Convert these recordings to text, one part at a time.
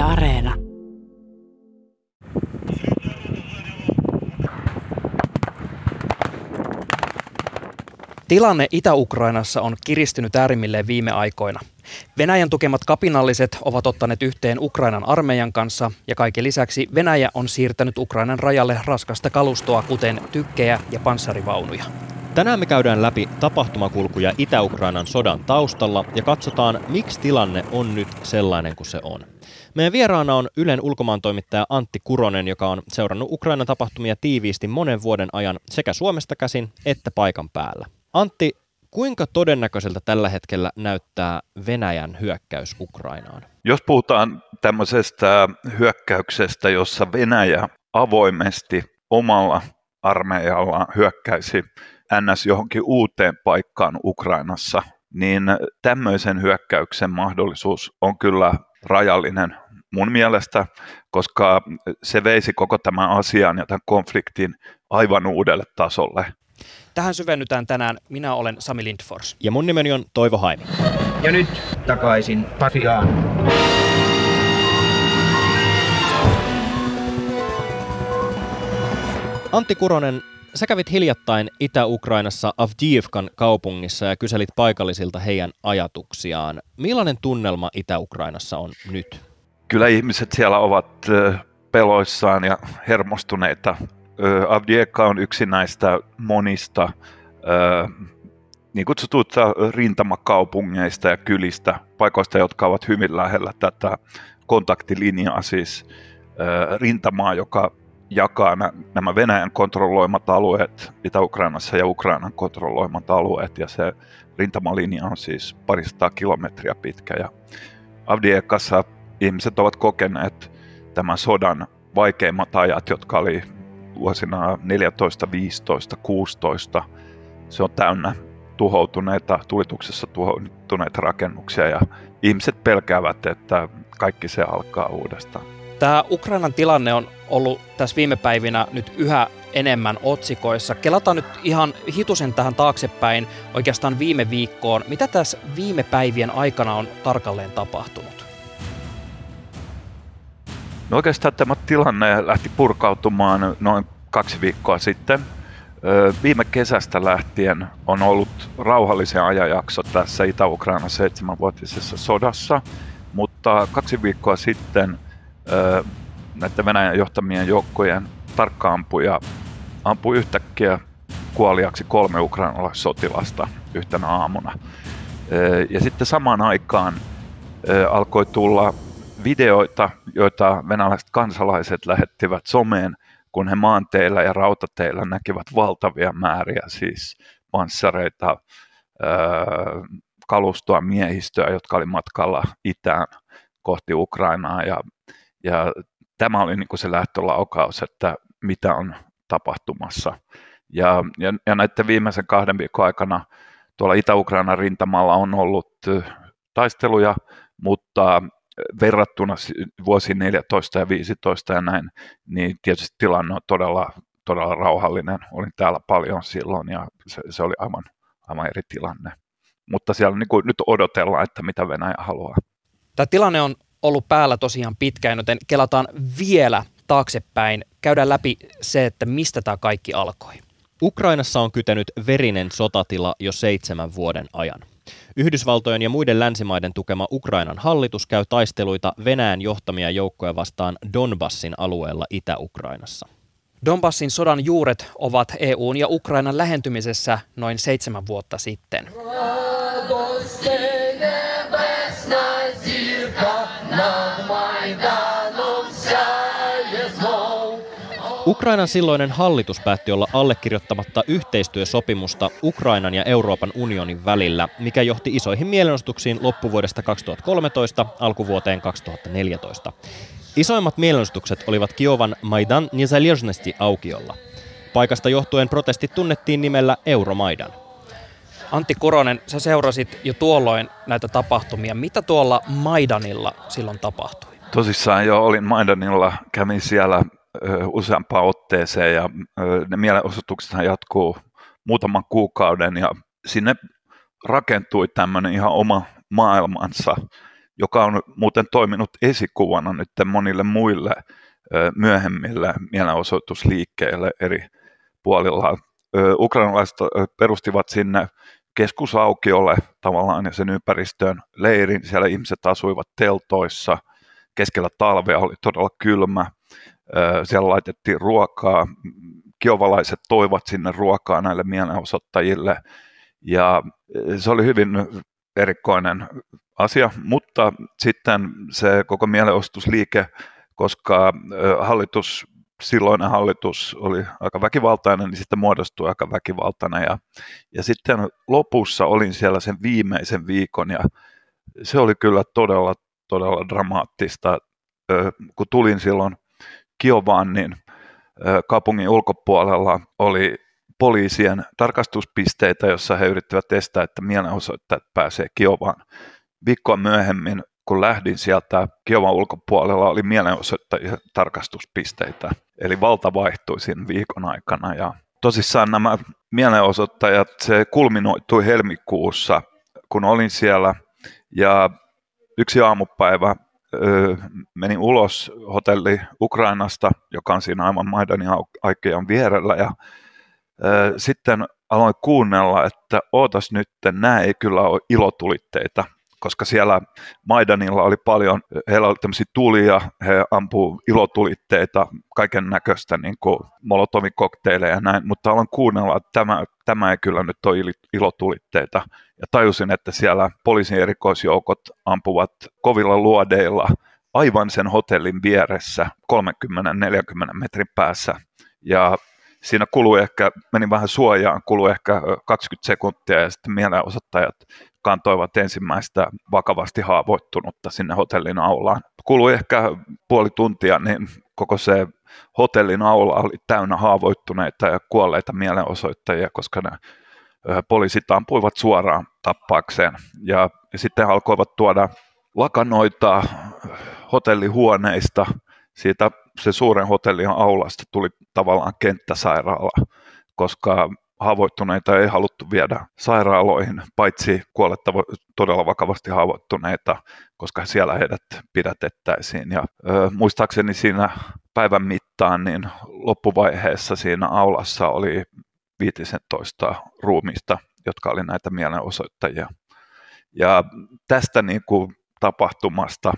Areena. Tilanne Itä-Ukrainassa on kiristynyt äärimmilleen viime aikoina. Venäjän tukemat kapinalliset ovat ottaneet yhteen Ukrainan armeijan kanssa ja kaiken lisäksi Venäjä on siirtänyt Ukrainan rajalle raskasta kalustoa, kuten tykkejä ja panssarivaunuja. Tänään me käydään läpi tapahtumakulkuja Itä-Ukrainan sodan taustalla ja katsotaan, miksi tilanne on nyt sellainen kuin se on. Meidän vieraana on Ylen ulkomaantoimittaja Antti Kuronen, joka on seurannut Ukrainan tapahtumia tiiviisti monen vuoden ajan sekä Suomesta käsin että paikan päällä. Antti, kuinka todennäköiseltä tällä hetkellä näyttää Venäjän hyökkäys Ukrainaan? Jos puhutaan tämmöisestä hyökkäyksestä, jossa Venäjä avoimesti omalla armeijalla hyökkäisi NS johonkin uuteen paikkaan Ukrainassa, niin tämmöisen hyökkäyksen mahdollisuus on kyllä rajallinen mun mielestä, koska se veisi koko tämän asian ja tämän konfliktin aivan uudelle tasolle. Tähän syvennytään tänään. Minä olen Sami Lindfors. Ja mun nimeni on Toivo Haimi. Ja nyt takaisin Pasiaan. Antti Kuronen, sä kävit hiljattain Itä-Ukrainassa Avdiivkan kaupungissa ja kyselit paikallisilta heidän ajatuksiaan. Millainen tunnelma Itä-Ukrainassa on nyt? Kyllä ihmiset siellä ovat peloissaan ja hermostuneita. Avdiivka on yksi näistä monista niin kutsutuista rintamakaupungeista ja kylistä, paikoista, jotka ovat hyvin lähellä tätä kontaktilinjaa, siis rintamaa, joka jakaa nämä Venäjän kontrolloimat alueet Itä-Ukrainassa ja Ukrainan kontrolloimat alueet, ja se rintamalinja on siis 200 kilometriä pitkä. Ja Avdiivkassa ihmiset ovat kokeneet tämän sodan vaikeimmat ajat, jotka oli vuosina 14, 15, 16. Se on täynnä tulituksessa tuhoutuneita rakennuksia, ja ihmiset pelkäävät, että kaikki se alkaa uudestaan. Tämä Ukrainan tilanne on ollut tässä viime päivinä nyt yhä enemmän otsikoissa. Kelataan nyt ihan hitusen tähän taaksepäin oikeastaan viime viikkoon. Mitä tässä viime päivien aikana on tarkalleen tapahtunut? No oikeastaan tämä tilanne lähti purkautumaan noin 2 viikkoa sitten. Viime kesästä lähtien on ollut rauhallisen ajanjakso tässä Itä-Ukrainan 7-vuotisessa sodassa, mutta 2 viikkoa sitten näiden Venäjän johtamien joukkojen tarkka-ampuja ampui yhtäkkiä kuoliaksi 3 ukrainalaissotilasta yhtenä aamuna. Ja sitten samaan aikaan alkoi tulla videoita, joita venäläiset kansalaiset lähettivät someen, kun he maanteillä ja rautateillä näkivät valtavia määriä, siis panssareita, kalustoa, miehistöä, jotka oli matkalla itään kohti Ukrainaa. Ja tämä oli niin kuin se lähtölaukaus, että mitä on tapahtumassa. Ja näiden viimeisen 2 viikon aikana tuolla Itä-Ukrainan rintamalla on ollut taisteluja, mutta verrattuna vuosiin 14 ja 15 ja näin, niin tietysti tilanne on todella rauhallinen. Olin täällä paljon silloin ja se oli aivan eri tilanne. Mutta siellä niin kuin nyt odotellaan, että mitä Venäjä haluaa. Tämä tilanne on ollut päällä tosiaan pitkään, joten kelataan vielä taaksepäin. Käydään läpi se, että mistä tämä kaikki alkoi. Ukrainassa on kytenyt verinen sotatila jo 7 vuoden ajan. Yhdysvaltojen ja muiden länsimaiden tukema Ukrainan hallitus käy taisteluita Venäjän johtamia joukkoja vastaan Donbassin alueella Itä-Ukrainassa. Donbassin sodan juuret ovat EU:n ja Ukrainan lähentymisessä noin 7 vuotta sitten. Ukrainan silloinen hallitus päätti olla allekirjoittamatta yhteistyösopimusta Ukrainan ja Euroopan unionin välillä, mikä johti isoihin mielenostuksiin loppuvuodesta 2013 alkuvuoteen 2014. Isoimmat mielenostukset olivat Kiovan Maidan Niezalezhnosti aukiolla. Paikasta johtuen protestit tunnettiin nimellä Euromaidan. Antti Kuronen, sä seurasit jo tuolloin näitä tapahtumia. Mitä tuolla Maidanilla silloin tapahtui? Tosissaan jo olin Maidanilla, kävin siellä useampaan otteeseen ja ne mielenosoituksethan jatkuu muutaman kuukauden ja sinne rakentui tämmöinen ihan oma maailmansa joka on muuten toiminut esikuvana nyt monille muille myöhemmille mielenosoitusliikkeille eri puolilla. Ukrainalaiset perustivat sinne keskusaukiolle tavallaan ja sen ympäristöön leirin. Siellä ihmiset asuivat teltoissa. Keskellä talvea oli todella kylmä. Siellä laitettiin ruokaa. Kiovalaiset toivat sinne ruokaa näille mielenosoittajille. Ja se oli hyvin erikoinen asia, mutta sitten se koko mielenosoitusliike, koska silloinen hallitus oli aika väkivaltainen, niin sitten muodostui aika väkivaltainen. Ja sitten lopussa olin siellä sen viimeisen viikon, ja se oli kyllä todella, todella dramaattista. Kun tulin silloin Kiovaan, niin kaupungin ulkopuolella oli poliisien tarkastuspisteitä, jossa he yrittivät estää, että mielenosoittajat pääsee Kiovaan. Viikkoa myöhemmin, kun lähdin sieltä, Kiovan ulkopuolella oli mielenosoittajien tarkastuspisteitä. Eli valta vaihtui siinä viikon aikana. Ja tosissaan nämä mielenosoittajat, se kulminoitui helmikuussa, kun olin siellä. Ja yksi aamupäivä menin ulos hotelli Ukrainasta, joka on siinä aivan Maidanin aikean vierellä. Ja sitten aloin kuunnella, että ootas nyt, nämä ei kyllä ole ilotulitteita, koska siellä Maidanilla oli paljon, heillä oli tämmöisiä tulia, he ampuu ilotulitteita, kaiken näköistä niin kuin molotovikokteileja ja näin, mutta aloin kuunnella, että tämä ei kyllä nyt ole ilotulitteita. Ja tajusin, että siellä poliisin erikoisjoukot ampuvat kovilla luodeilla aivan sen hotellin vieressä 30-40 metrin päässä. Ja siinä meni vähän suojaan, kului ehkä 20 sekuntia ja sitten mielenosoittajat kantoivat ensimmäistä vakavasti haavoittunutta sinne hotellin aulaan. Kului ehkä puoli tuntia, niin koko se hotellin aula oli täynnä haavoittuneita ja kuolleita mielenosoittajia, koska ne poliisit ampuivat suoraan tappaakseen. Ja sitten alkoivat tuoda lakanoita hotellihuoneista. Siitä se suuren hotellin aulasta tuli tavallaan kenttäsairaala, koska haavoittuneita ei haluttu viedä sairaaloihin, paitsi todella vakavasti haavoittuneita, koska siellä heidät pidätettäisiin. Ja muistaakseni siinä päivän mittaan niin loppuvaiheessa siinä aulassa oli 15 ruumista, jotka oli näitä mielenosoittajia. Ja tästä niin kuin tapahtumasta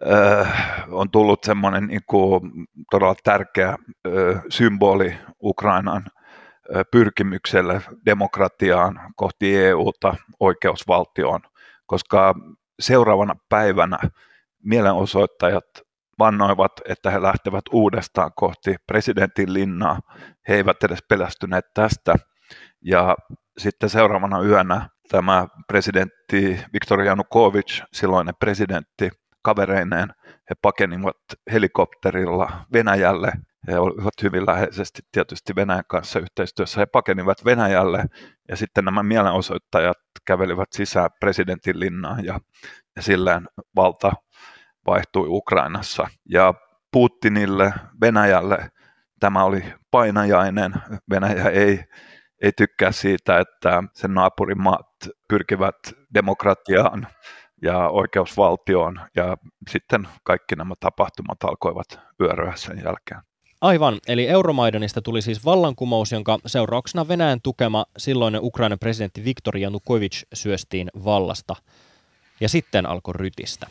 on tullut semmoinen niin kuin todella tärkeä symboli Ukrainan pyrkimykselle demokratiaan kohti EUta, oikeusvaltioon, koska seuraavana päivänä mielenosoittajat vannoivat, että he lähtevät uudestaan kohti presidentin linnaa. He eivät edes pelästyneet tästä. Ja sitten seuraavana yönä tämä presidentti Viktor Janukovyč, silloinen presidentti, kavereineen, he pakenivat helikopterilla Venäjälle. He olivat hyvin läheisesti tietysti Venäjän kanssa yhteistyössä. He pakenivat Venäjälle ja sitten nämä mielenosoittajat kävelivät sisään presidentin linnaan ja silleen valta vaihtui Ukrainassa. Ja Putinille, Venäjälle tämä oli painajainen. Venäjä ei tykkää siitä, että sen naapurimaat pyrkivät demokratiaan ja oikeusvaltioon, ja sitten kaikki nämä tapahtumat alkoivat vyöryä sen jälkeen. Aivan, eli Euromaidanista tuli siis vallankumous, jonka seurauksena Venäjän tukema silloinen Ukrainan presidentti Viktor Janukovyč syöstiin vallasta. Ja sitten alkoi rytistä.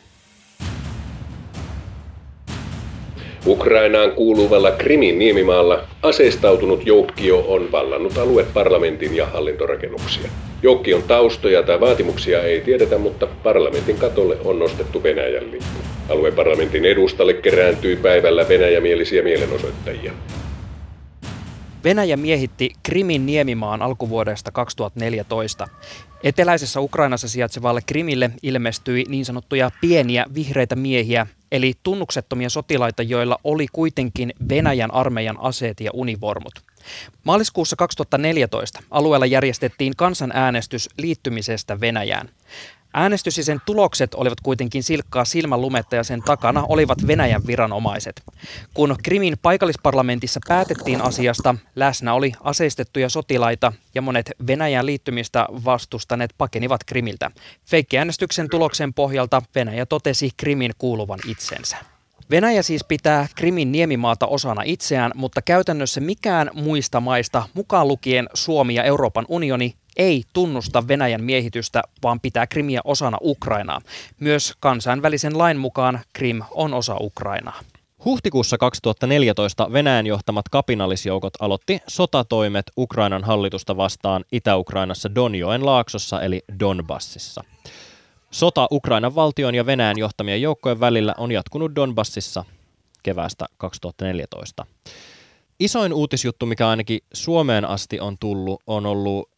Ukrainaan kuuluvalla Krimin niemimaalla aseistautunut joukkio on vallannut alueparlamentin ja hallintorakennuksia. Joukkion taustoja tai vaatimuksia ei tiedetä, mutta parlamentin katolle on nostettu Venäjän lippu. Alueparlamentin edustalle kerääntyi päivällä venäjämielisiä mielenosoittajia. Venäjä miehitti Krimin niemimaan alkuvuodesta 2014. Eteläisessä Ukrainassa sijaitsevalle Krimille ilmestyi niin sanottuja pieniä vihreitä miehiä, eli tunnuksettomia sotilaita, joilla oli kuitenkin Venäjän armeijan aseet ja univormut. Maaliskuussa 2014 alueella järjestettiin kansanäänestys liittymisestä Venäjään. Äänestys ja sen tulokset olivat kuitenkin silkkaa silmänlumetta ja sen takana olivat Venäjän viranomaiset. Kun Krimin paikallisparlamentissa päätettiin asiasta, läsnä oli aseistettuja sotilaita ja monet Venäjän liittymistä vastustaneet pakenivat Krimiltä. Feikkiäänestyksen tuloksen pohjalta Venäjä totesi Krimin kuuluvan itsensä. Venäjä siis pitää Krimin niemimaata osana itseään, mutta käytännössä mikään muista maista, mukaan lukien Suomi ja Euroopan unioni, ei tunnusta Venäjän miehitystä, vaan pitää Krimiä osana Ukrainaa. Myös kansainvälisen lain mukaan Krim on osa Ukrainaa. Huhtikuussa 2014 Venäjän johtamat kapinallisjoukot aloitti sotatoimet Ukrainan hallitusta vastaan Itä-Ukrainassa Donjoen laaksossa eli Donbassissa. Sota Ukrainan valtion ja Venäjän johtamien joukkojen välillä on jatkunut Donbassissa keväästä 2014. Isoin uutisjuttu, mikä ainakin Suomeen asti on tullut, on ollut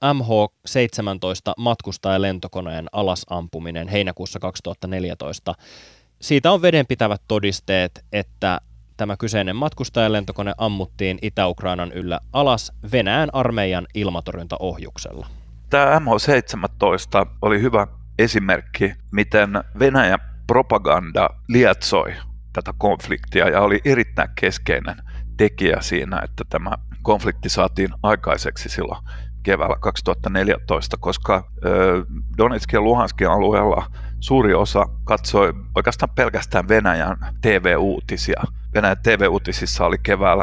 MH17 matkustajalentokoneen alasampuminen heinäkuussa 2014. Siitä on vedenpitävät todisteet, että tämä kyseinen matkustajalentokone ammuttiin Itä-Ukrainan yllä alas Venäjän armeijan ilmatorjuntaohjuksella. Tämä MH17 oli hyvä esimerkki, miten Venäjän propaganda lietsoi tätä konfliktia ja oli erittäin keskeinen tekijä siinä, että tämä konflikti saatiin aikaiseksi silloin keväällä 2014, koska Donetskin ja Luhanskin alueella suuri osa katsoi oikeastaan pelkästään Venäjän TV-uutisia. Venäjän TV-uutisissa oli keväällä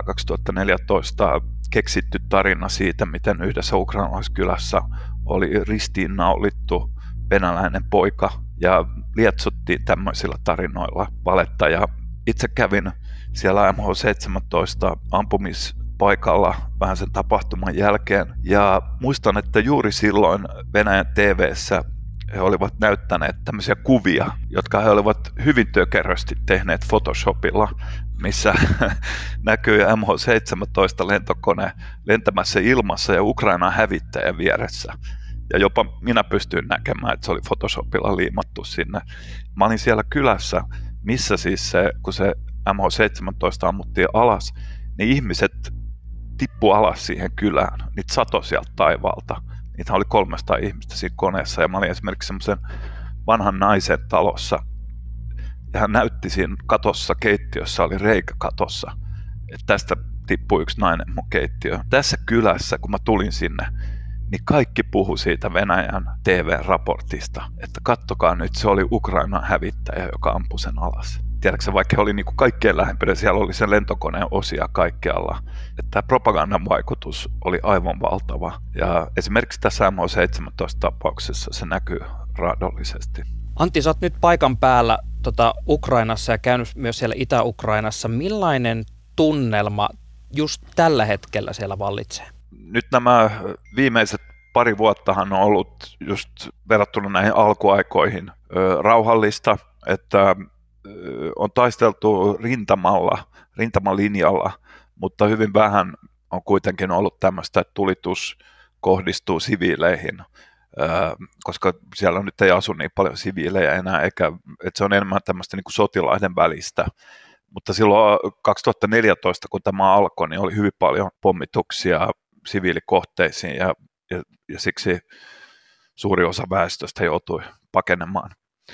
2014 keksitty tarina siitä, miten yhdessä ukrainalaiskylässä oli ristiinnaulittu venäläinen poika ja lietsottiin tämmöisillä tarinoilla valetta. Ja itse kävin siellä MH17 ampumispaikalla vähän sen tapahtuman jälkeen ja muistan, että juuri silloin Venäjän TV:ssä he olivat näyttäneet tämmöisiä kuvia, jotka he olivat hyvin tökerösti tehneet Photoshopilla, missä näkyy MH17 lentokone lentämässä ilmassa ja Ukrainan hävittäjä vieressä. Ja jopa minä pystyin näkemään, että se oli Photoshopilla liimattu sinne. Mä olin siellä kylässä, missä siis kun se MH17 ammuttiin alas, niin ihmiset tippu alas siihen kylään. Niitä satoi sieltä taivaalta. Niitä oli 300 ihmistä siinä koneessa. Ja mä olin esimerkiksi semmoisen vanhan naisen talossa. Ja hän näytti siinä katossa, keittiössä oli reikä katossa. Että tästä tippui yksi nainen mun keittiöön. Tässä kylässä, kun mä tulin sinne, niin kaikki puhui siitä Venäjän TV-raportista, että kattokaa nyt, se oli Ukrainan hävittäjä, joka ampui sen alas. Tiedätkö, vaikka oli niin kuin kaikkein lähempänä, siellä oli sen lentokoneen osia kaikkialla. Että tämä propagandan vaikutus oli aivan valtava. Ja esimerkiksi tässä MH17-tapauksessa se näkyy raadollisesti. Antti, sä oot nyt paikan päällä Ukrainassa ja käynyt myös siellä Itä-Ukrainassa. Millainen tunnelma just tällä hetkellä siellä vallitsee? Nyt nämä viimeiset pari vuottahan on ollut just verrattuna näihin alkuaikoihin rauhallista, että on taisteltu rintamalinjalla, mutta hyvin vähän on kuitenkin ollut tämmöistä, että tulitus kohdistuu siviileihin, koska siellä nyt ei asu niin paljon siviilejä enää, että se on enemmän tämmöistä niin kuin sotilaiden välistä. Mutta silloin 2014, kun tämä alkoi, niin oli hyvin paljon pommituksia siviilikohteisiin ja siksi suuri osa väestöstä joutui pakenemaan.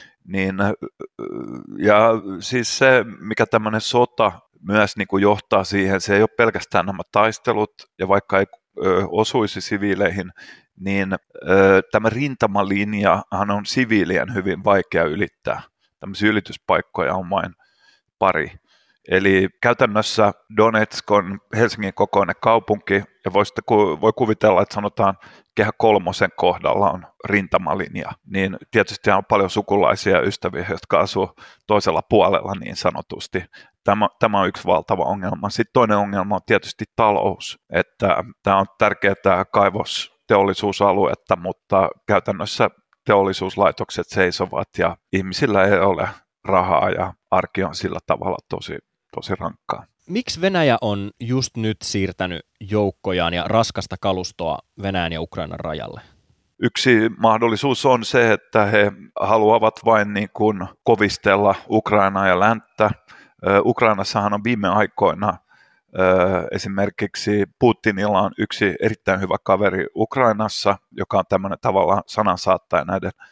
Ja siis se, mikä tämmöinen sota myös niin kuin johtaa siihen, se ei ole pelkästään nämä taistelut, ja vaikka ei osuisi siviileihin, niin tämä rintamalinjahan on siviilien hyvin vaikea ylittää. Tämmöisiä ylityspaikkoja on vain pari. Eli käytännössä Donetsk on Helsingin kokoinen kaupunki, ja voi kuvitella, että sanotaan Kehä Kolmosen kohdalla on rintamalinja. Niin tietysti on paljon sukulaisia ja ystäviä, jotka asuu toisella puolella niin sanotusti. Tämä on yksi valtava ongelma. Sitten toinen ongelma on tietysti talous, että tämä on tärkeää kaivosteollisuusaluetta, mutta käytännössä teollisuuslaitokset seisovat ja ihmisillä ei ole rahaa ja arki on sillä tavalla tosi rankkaa. Miksi Venäjä on just nyt siirtänyt joukkojaan ja raskasta kalustoa Venäjän ja Ukrainan rajalle? Yksi mahdollisuus on se, että he haluavat vain niin kuin kovistella Ukrainaa ja länttä. Ukrainassahan on viime aikoina esimerkiksi Putinilla on yksi erittäin hyvä kaveri Ukrainassa, joka on tämmöinen tavallaan sanansaattaja näiden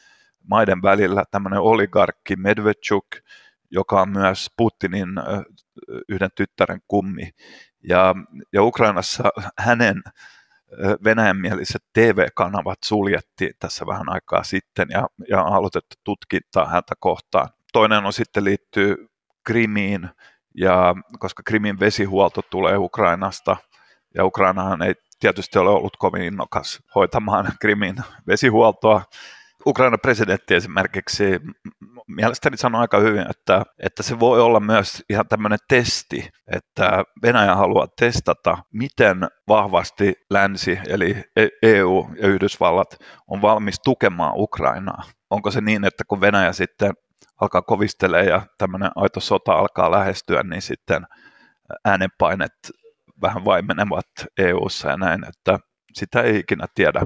maiden välillä tämmöinen oligarkki Medvedchuk, joka on myös Putinin yhden tyttären kummi. Ja Ukrainassa hänen venäjänmieliset TV-kanavat suljettiin tässä vähän aikaa sitten ja on aloitettu tutkintaa häntä kohtaan. Toinen on sitten liittyy Krimiin, ja koska Krimin vesihuolto tulee Ukrainasta, ja Ukrainahan ei tietysti ole ollut kovin innokas hoitamaan Krimin vesihuoltoa. Ukrainan presidentti esimerkiksi mielestäni sanoi aika hyvin, että se voi olla myös ihan tämmöinen testi, että Venäjä haluaa testata, miten vahvasti länsi, eli EU ja Yhdysvallat on valmis tukemaan Ukrainaa. Onko se niin, että kun Venäjä sitten alkaa kovistelemaan ja tämmöinen aito sota alkaa lähestyä, niin sitten äänenpainet vähän vaimenevat EU:ssa ja näin, että sitä ei ikinä tiedä.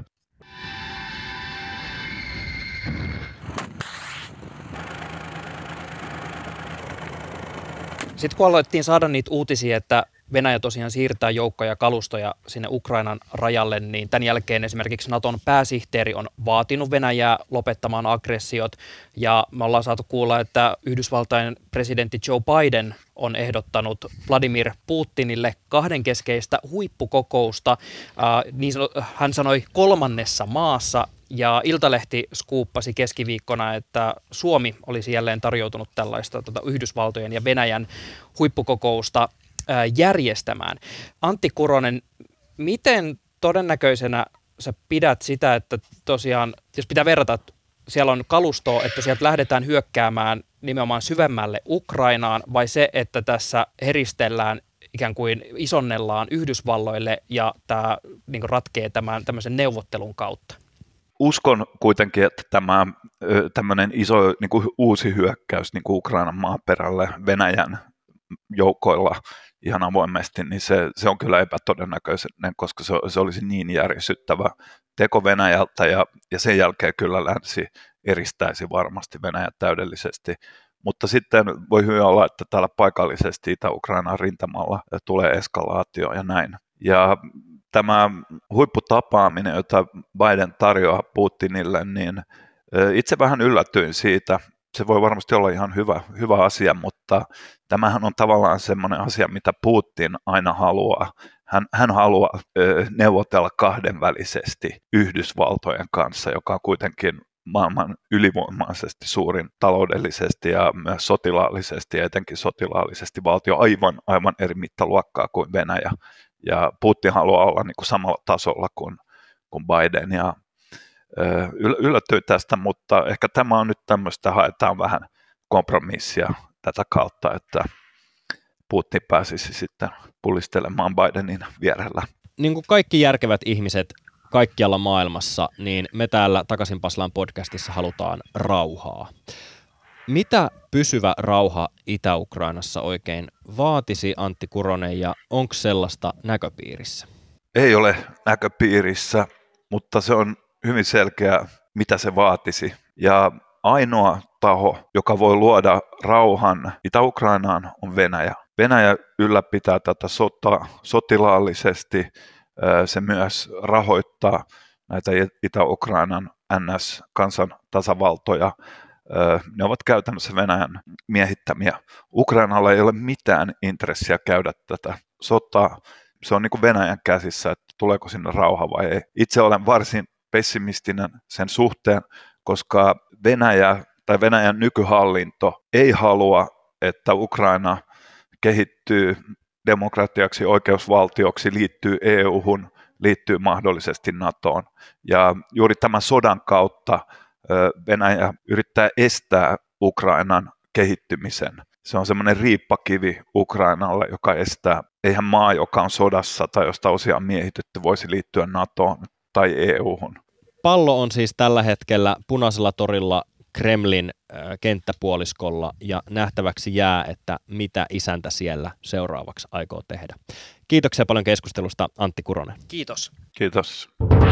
Sitten kun aloittiin saada niitä uutisia, että Venäjä tosiaan siirtää joukkoja ja kalustoja sinne Ukrainan rajalle, niin tämän jälkeen esimerkiksi Naton pääsihteeri on vaatinut Venäjää lopettamaan aggressiot. Ja me ollaan saatu kuulla, että Yhdysvaltain presidentti Joe Biden on ehdottanut Vladimir Putinille kahdenkeskeistä huippukokousta. Hän sanoi 3. maassa. Ja Iltalehti skuuppasi keskiviikkona, että Suomi olisi jälleen tarjoutunut tällaista Yhdysvaltojen ja Venäjän huippukokousta järjestämään. Antti Kuronen, miten todennäköisenä sä pidät sitä, että tosiaan, jos pitää verrata, siellä on kalustoa, että sieltä lähdetään hyökkäämään nimenomaan syvemmälle Ukrainaan, vai se, että tässä heristellään ikään kuin isonnellaan Yhdysvalloille ja tämä niin ratkee tämmöisen neuvottelun kautta? Uskon kuitenkin, että tämä tämmöinen iso niin kuin uusi hyökkäys niin kuin Ukrainan maaperälle Venäjän joukoilla ihan avoimesti, niin se on kyllä epätodennäköinen, koska se olisi niin järisyttävä teko Venäjältä ja sen jälkeen kyllä länsi eristäisi varmasti Venäjä täydellisesti. Mutta sitten voi hyvin olla, että täällä paikallisesti Itä-Ukrainan rintamalla tulee eskalaatio ja näin. Ja tämä huipputapaaminen, jota Biden tarjoaa Putinille, niin itse vähän yllätyin siitä. Se voi varmasti olla ihan hyvä asia, mutta tämähän on tavallaan semmoinen asia, mitä Putin aina haluaa. Hän haluaa neuvotella kahdenvälisesti Yhdysvaltojen kanssa, joka on kuitenkin maailman ylivoimaisesti suurin taloudellisesti ja myös sotilaallisesti ja etenkin sotilaallisesti valtio aivan eri mittaluokkaa kuin Venäjä. Ja Putin haluaa olla niin kuin samalla tasolla kuin Biden ja yllätyin tästä, mutta ehkä tämä on nyt tämmöistä, haetaan vähän kompromissia tätä kautta, että Putin pääsisi sitten pullistelemaan Bidenin vierellä. Niin kuin kaikki järkevät ihmiset kaikkialla maailmassa, niin me täällä Takaisin Pasilaan podcastissa halutaan rauhaa. Mitä pysyvä rauha Itä-Ukrainassa oikein vaatisi, Antti Kuronen, ja onko sellaista näköpiirissä? Ei ole näköpiirissä, mutta se on hyvin selkeä, mitä se vaatisi. Ja ainoa taho, joka voi luoda rauhan Itä-Ukrainaan, on Venäjä. Venäjä ylläpitää tätä sotaa sotilaallisesti. Se myös rahoittaa näitä Itä-Ukrainan NS-kansan tasavaltoja. Ne ovat käytännössä Venäjän miehittämiä. Ukrainalla ei ole mitään intressiä käydä tätä sotaa. Se on niin kuin Venäjän käsissä, että tuleeko sinne rauha vai ei. Itse olen varsin pessimistinen sen suhteen, koska Venäjän nykyhallinto ei halua, että Ukraina kehittyy demokratiaksi, oikeusvaltioksi, liittyy EU-hun, liittyy mahdollisesti NATOon. Ja juuri tämän sodan kautta Venäjä yrittää estää Ukrainan kehittymisen. Se on semmoinen riippakivi Ukrainalle, joka estää. Eihän maa, joka on sodassa tai josta osia on miehitetty, voisi liittyä NATOon tai EU-hun. Pallo on siis tällä hetkellä Punaisella torilla Kremlin kenttäpuoliskolla ja nähtäväksi jää, että mitä isäntä siellä seuraavaksi aikoo tehdä. Kiitoksia paljon keskustelusta, Antti Kuronen. Kiitos. Kiitos.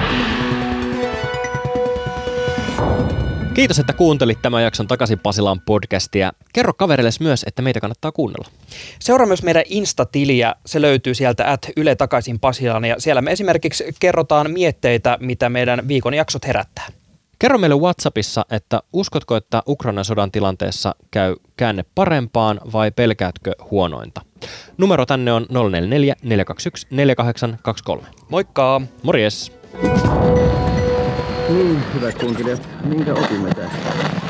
Kiitos, että kuuntelit tämän jakson Takaisin Pasilaan podcastia. Kerro kavereilles myös, että meitä kannattaa kuunnella. Seuraa myös meidän Insta-tiliä. Se löytyy sieltä @Yle Takaisin Pasilaan ja siellä me esimerkiksi kerrotaan mietteitä, mitä meidän viikon jaksot herättää. Kerro meille WhatsAppissa, että uskotko, että Ukrainan sodan tilanteessa käy käänne parempaan vai pelkäätkö huonointa? Numero tänne on 044 421 4823. Moikka! Morjes! Niin, hyvät kunkilijat, minkä opimme tästä?